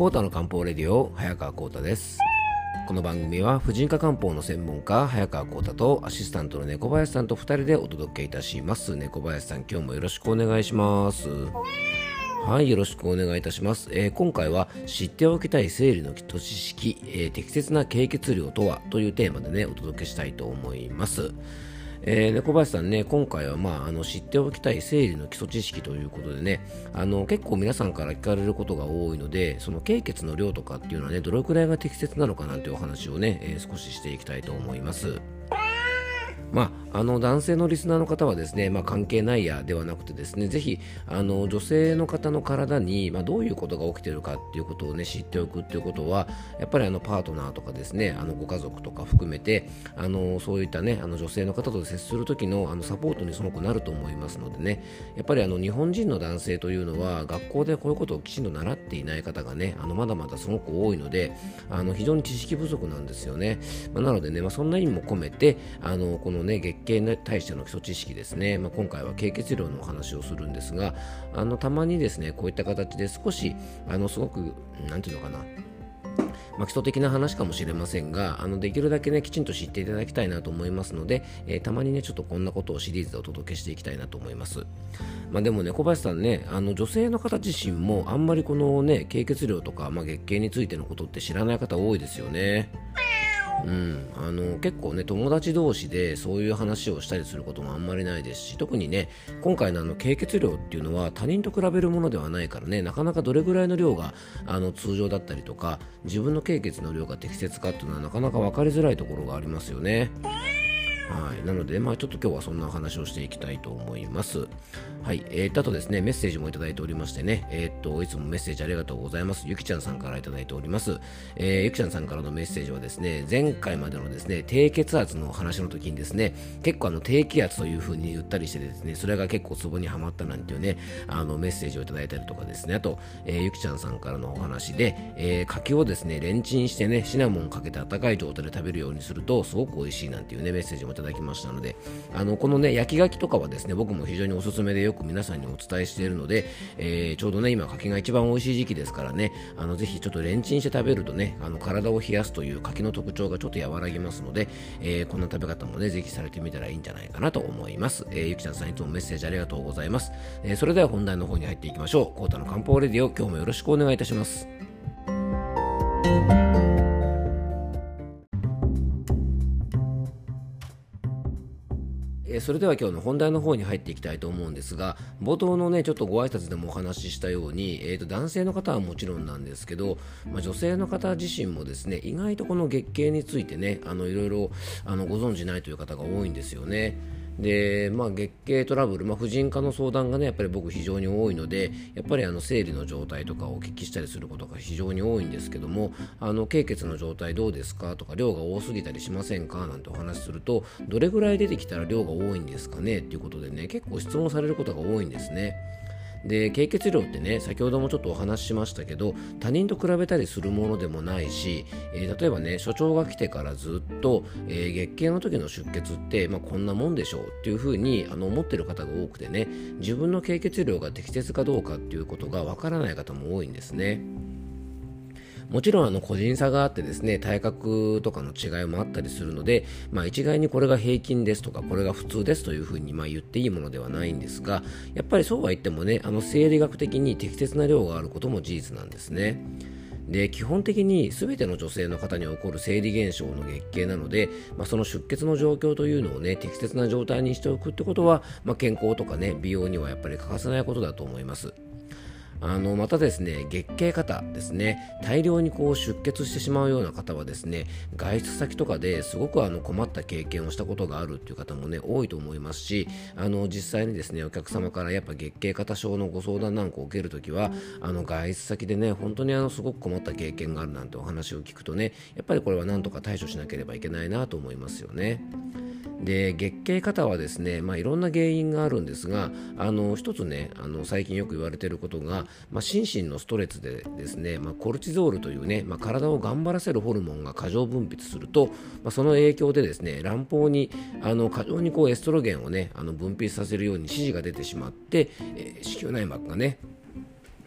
コータの漢方レディオ早川コータです。この番組は婦人科漢方の専門家早川コータとアシスタントの猫林さんと2人でお届けいたします。猫林さん、今日もよろしくお願いします。はい、よろしくお願いいたします。今回は知っておきたい生理の基礎知識、適切な経血量とはというテーマでねお届けしたいと思います。猫林さんね、今回は、知っておきたい生理の基礎知識ということでね、結構皆さんから聞かれることが多いので、その経血の量とかっていうのはね、どれくらいが適切なのかなんていうお話をね、少ししていきたいと思います。男性のリスナーの方はですね、関係ないやではなくてですね、ぜひ女性の方の体に、どういうことが起きているかっていうことをね知っておくっていうことは、やっぱりパートナーとかですね、ご家族とか含めてそういったね女性の方と接する時のサポートにすごくなると思いますのでね、やっぱり日本人の男性というのは学校でこういうことをきちんと習っていない方がねまだまだすごく多いので、非常に知識不足なんですよね。なのでね、そんな意味も込めてこのね月経に対しての基礎知識ですね、今回は経血量のお話をするんですが、たまにですねこういった形で少しすごくなんていうのかな、基礎的な話かもしれませんが、できるだけねきちんと知っていただきたいなと思いますので、たまにねちょっとこんなことをシリーズでお届けしていきたいなと思います。でもね、小林さんね、女性の方自身もあんまりこのね経血量とか、月経についてのことって知らない方多いですよね。結構ね友達同士でそういう話をしたりすることもあんまりないですし、特にね今回の経血量っていうのは他人と比べるものではないからね、なかなかどれぐらいの量が通常だったりとか、自分の経血の量が適切かっていうのはなかなか分かりづらいところがありますよね。はい、なので、ちょっと今日はそんな話をしていきたいと思います。はい、あとですね、メッセージもいただいておりましてね、いつもメッセージありがとうございます。ゆきちゃんさんからいただいております。ゆきちゃんさんからのメッセージはですね、前回までのですね、低血圧の話の時にですね、結構低気圧という風に言ったりしてですね、それが結構ツボにはまったなんていうね、メッセージをいただいたりとかですね、あと、ゆきちゃんさんからのお話で、柿をですね、レンチンしてね、シナモンかけて温かい状態で食べるようにすると、すごく美味しいなんていうね、メッセージもいただきましたので、このね焼き柿とかはですね僕も非常におすすめでよく皆さんにお伝えしているので、ちょうどね今柿が一番美味しい時期ですからね、ぜひちょっとレンチンして食べるとね体を冷やすという柿の特徴がちょっと和らぎますので、こんな食べ方もねぜひされてみたらいいんじゃないかなと思います。ゆきちゃんさんいつもメッセージありがとうございます。それでは本題の方に入っていきましょう。コータの漢方レディオ、今日もよろしくお願いいたします。それでは今日の本題の方に入っていきたいと思うんですが、冒頭のねちょっとご挨拶でもお話ししたように、男性の方はもちろんなんですけど、女性の方自身もですね意外とこの月経についてねいろいろご存じないという方が多いんですよね。で月経トラブル、婦人科の相談がねやっぱり僕非常に多いので、やっぱり生理の状態とかをお聞きしたりすることが非常に多いんですけども、経血の状態どうですかとか、量が多すぎたりしませんかなんてお話しすると、どれぐらい出てきたら量が多いんですかねっていうことでね結構質問されることが多いんですね。で経血量ってね先ほどもちょっとお話ししましたけど、他人と比べたりするものでもないし、例えばね所長が来てからずっと、月経の時の出血って、こんなもんでしょうっていうふうに思ってる方が多くてね、自分の経血量が適切かどうかっていうことがわからない方も多いんですね。もちろん個人差があってですね、体格とかの違いもあったりするので、一概にこれが平均ですとかこれが普通ですというふうに言っていいものではないんですが、やっぱりそうは言ってもね生理学的に適切な量があることも事実なんですね。で基本的に全ての女性の方に起こる生理現象の月経なので、その出血の状況というのをね適切な状態にしておくってことは、健康とかね美容にはやっぱり欠かせないことだと思います。またですね、月経過多ですね、大量に出血してしまうような方はですね、外出先とかですごく困った経験をしたことがあるっていう方もね多いと思いますし、実際にですねお客様からやっぱ月経過多症のご相談なんかを受けるときは、外出先でね本当にすごく困った経験があるなんてお話を聞くとね、やっぱりこれは何とか対処しなければいけないなと思いますよね。で月経過多はですね、いろんな原因があるんですが、一つね最近よく言われていることが、心身のストレスでですね、コルチゾールというね、体を頑張らせるホルモンが過剰分泌すると、その影響でですね卵胞に過剰にエストロゲンをね分泌させるように指示が出てしまって、子宮内膜がね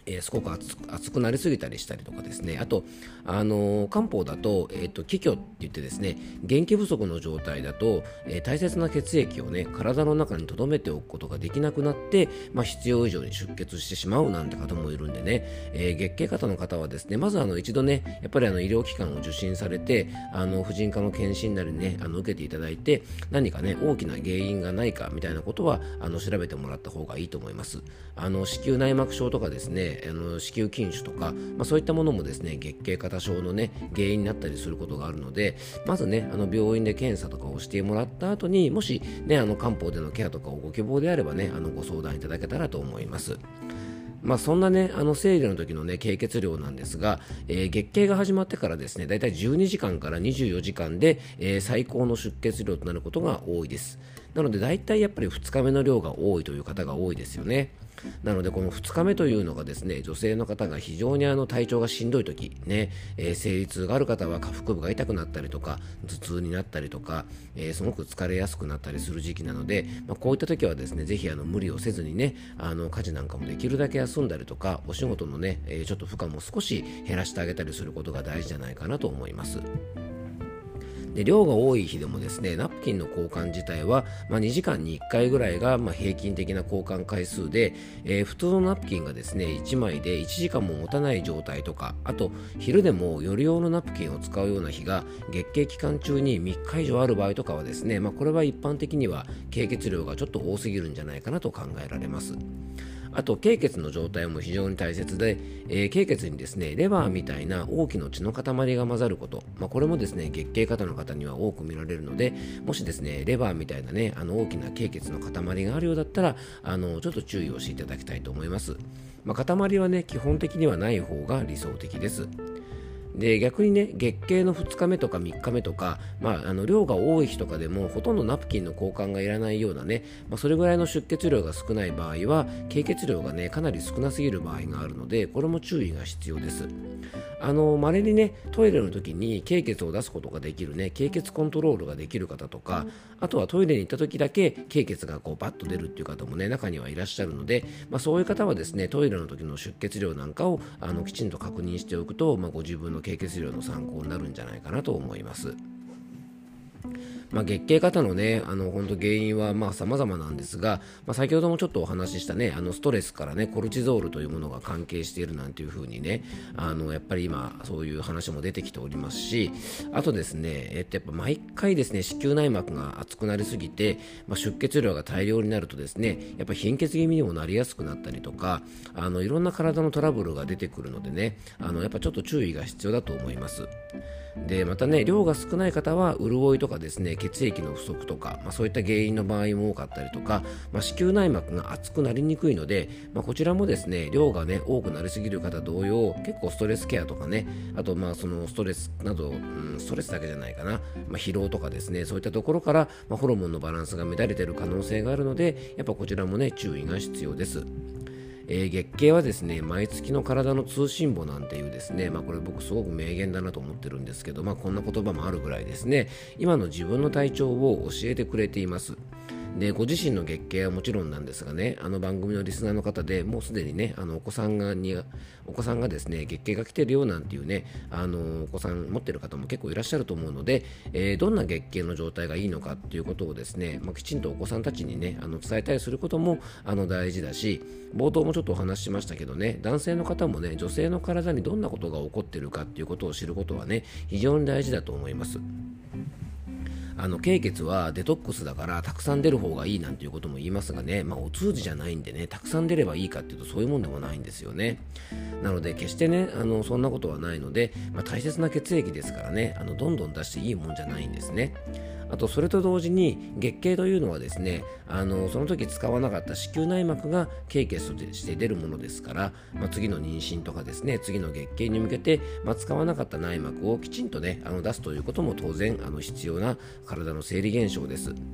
すごく暑くなりすぎたりしたりとかですね、あと、漢方だと、気虚って言ってですね、元気不足の状態だと、大切な血液をね体の中に留めておくことができなくなって、必要以上に出血してしまうなんて方もいるんでね、月経過多の方はですね、まず一度ねやっぱり医療機関を受診されて、婦人科の検診なりね受けていただいて、何かね大きな原因がないかみたいなことは調べてもらった方がいいと思います。子宮内膜症とかですね、子宮筋腫とか、そういったものもですね月経過多症のね原因になったりすることがあるので、まずね病院で検査とかをしてもらった後に、もしね漢方でのケアとかをご希望であればねご相談いただけたらと思います。そんなね生理の時のね経血量なんですが、月経が始まってからですねだいたい12時間から24時間で、最高の出血量となることが多いです。なのでだいたいやっぱり2日目の量が多いという方が多いですよね。なのでこの2日目というのがですね、女性の方が非常に体調がしんどい時ね、生理痛がある方は下腹部が痛くなったりとか頭痛になったりとか、すごく疲れやすくなったりする時期なので、こういった時はですねぜひ無理をせずにね家事なんかもできるだけ休んだりとか、お仕事のね、ちょっと負荷も少し減らしてあげたりすることが大事じゃないかなと思います。で量が多い日でもですねナプキンの交換自体は、2時間に1回ぐらいが、平均的な交換回数で、普通のナプキンがですね1枚で1時間も持たない状態とか、あと昼でも夜用のナプキンを使うような日が月経期間中に3日以上ある場合とかはですね、これは一般的には経血量がちょっと多すぎるんじゃないかなと考えられます。あと経血の状態も非常に大切で、経血にですねレバーみたいな大きな血の塊が混ざること、これもですね月経過多の方には多く見られるので、もしですねレバーみたいなね大きな経血の塊があるようだったらちょっと注意をしていただきたいと思います。塊はね基本的にはない方が理想的です。で逆にね月経の2日目とか3日目とか、量が多い日とかでもほとんどナプキンの交換がいらないようなね、それぐらいの出血量が少ない場合は経血量がねかなり少なすぎる場合があるので、これも注意が必要です。稀にねトイレの時に経血を出すことができるね経血コントロールができる方とか、あとはトイレに行った時だけ経血がバッと出るっていう方もね中にはいらっしゃるので、そういう方はですねトイレの時の出血量なんかをきちんと確認しておくと、ご自分の経血量の参考になるんじゃないかなと思います。月経過多のね本当原因は様々なんですが、先ほどもちょっとお話ししたねストレスからねコルチゾールというものが関係しているなんていう風にねやっぱり今そういう話も出てきておりますし、あとですねやっぱ毎回ですね子宮内膜が厚くなりすぎて、出血量が大量になるとですねやっぱ貧血気味にもなりやすくなったりとか、いろんな体のトラブルが出てくるのでねやっぱちょっと注意が必要だと思います。でまたね量が少ない方は潤いとかですね血液の不足とか、そういった原因の場合も多かったりとか、子宮内膜が厚くなりにくいので、こちらもですね量がね多くなりすぎる方同様結構ストレスケアとかね、あとそのストレスなど、ストレスだけじゃないかな、疲労とかですねそういったところから、ホルモンのバランスが乱れている可能性があるので、やっぱこちらもね注意が必要です。月経はですね毎月の体の通信簿なんていうですね、これ僕すごく名言だなと思ってるんですけど、こんな言葉もあるぐらいですね今の自分の体調を教えてくれています。でご自身の月経はもちろんなんですがね、番組のリスナーの方でもうすでにねお子さんがですね月経が来てるよなんていうねお子さん持ってる方も結構いらっしゃると思うので、どんな月経の状態がいいのかっていうことをですね、きちんとお子さんたちにね伝えたりすることも大事だし、冒頭もちょっとお話ししましたけどね、男性の方もね女性の体にどんなことが起こってるかっていうことを知ることはね非常に大事だと思います。経血はデトックスだからたくさん出る方がいいなんていうことも言いますがね、お通じじゃないんでねたくさん出ればいいかっていうとそういうもんでもないんですよね。なので決してねそんなことはないので、大切な血液ですからねどんどん出していいもんじゃないんですね。あとそれと同時に月経というのはですねその時使わなかった子宮内膜が経血として出るものですから、次の妊娠とかですね次の月経に向けて、使わなかった内膜をきちんとね出すということも当然必要な体の生理現象です。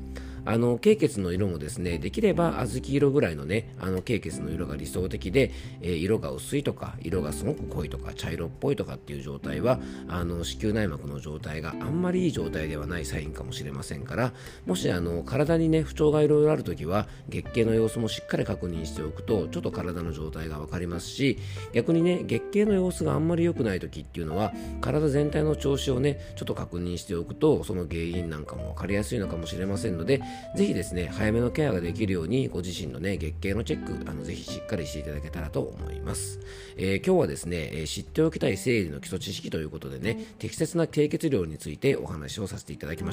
経血の色もですね、できれば小豆色ぐらいのね、経血の色が理想的で、色が薄いとか色がすごく濃いとか茶色っぽいとかっていう状態は子宮内膜の状態があんまりいい状態ではないサインかもしれませんから、もし体にね不調がいろいろあるときは月経の様子もしっかり確認しておくとちょっと体の状態が分かりますし、逆にね月経の様子があんまり良くないときっていうのは体全体の調子をねちょっと確認しておくと、その原因なんかも分かりやすいのかもしれませんので、ぜひですね早めのケアができるようにご自身のね月経のチェックぜひしっかりしていただけたらと思います。今日はですね、知っておきたい生理の基礎知識ということでね、適切な経血量についてお話をさせていただきました。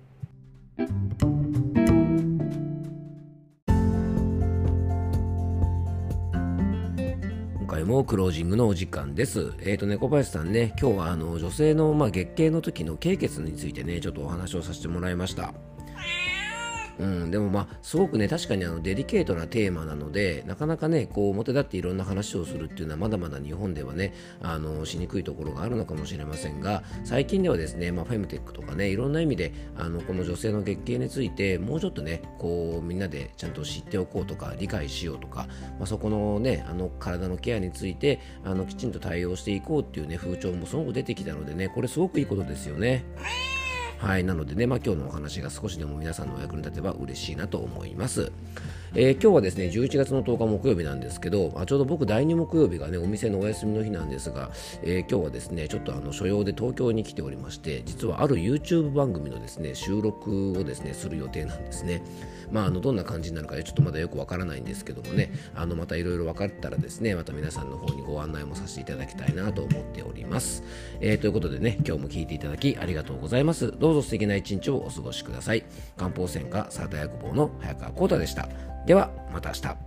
今回もクロージングのお時間です。小林さんね、今日は女性の月経の時の経血についてねちょっとお話をさせてもらいました。でもすごくね確かにデリケートなテーマなので、なかなかねこう表立っていろんな話をするっていうのはまだまだ日本ではねしにくいところがあるのかもしれませんが、最近ではですね、フェムテックとかねいろんな意味でこの女性の月経についてもうちょっとねこうみんなでちゃんと知っておこうとか理解しようとか、そこのね体のケアについてきちんと対応していこうっていうね風潮もすごく出てきたのでね、これすごくいいことですよね。はい、なのでね、今日のお話が少しでも皆さんのお役に立てば嬉しいなと思います。今日はですね11月の10日木曜日なんですけど、ちょうど僕第2木曜日がねお店のお休みの日なんですが、今日はですねちょっと所用で東京に来ておりまして、実はある YouTube 番組のですね収録をですねする予定なんですね。どんな感じになるかちょっとまだよくわからないんですけどもね、またいろいろ分かったらですねまた皆さんの方にご案内もさせていただきたいなと思っております。ということでね、今日も聞いていただきありがとうございます。どうぞ素敵な一日をお過ごしください。漢方専科サーター薬房の早川浩太でした。ではまた明日。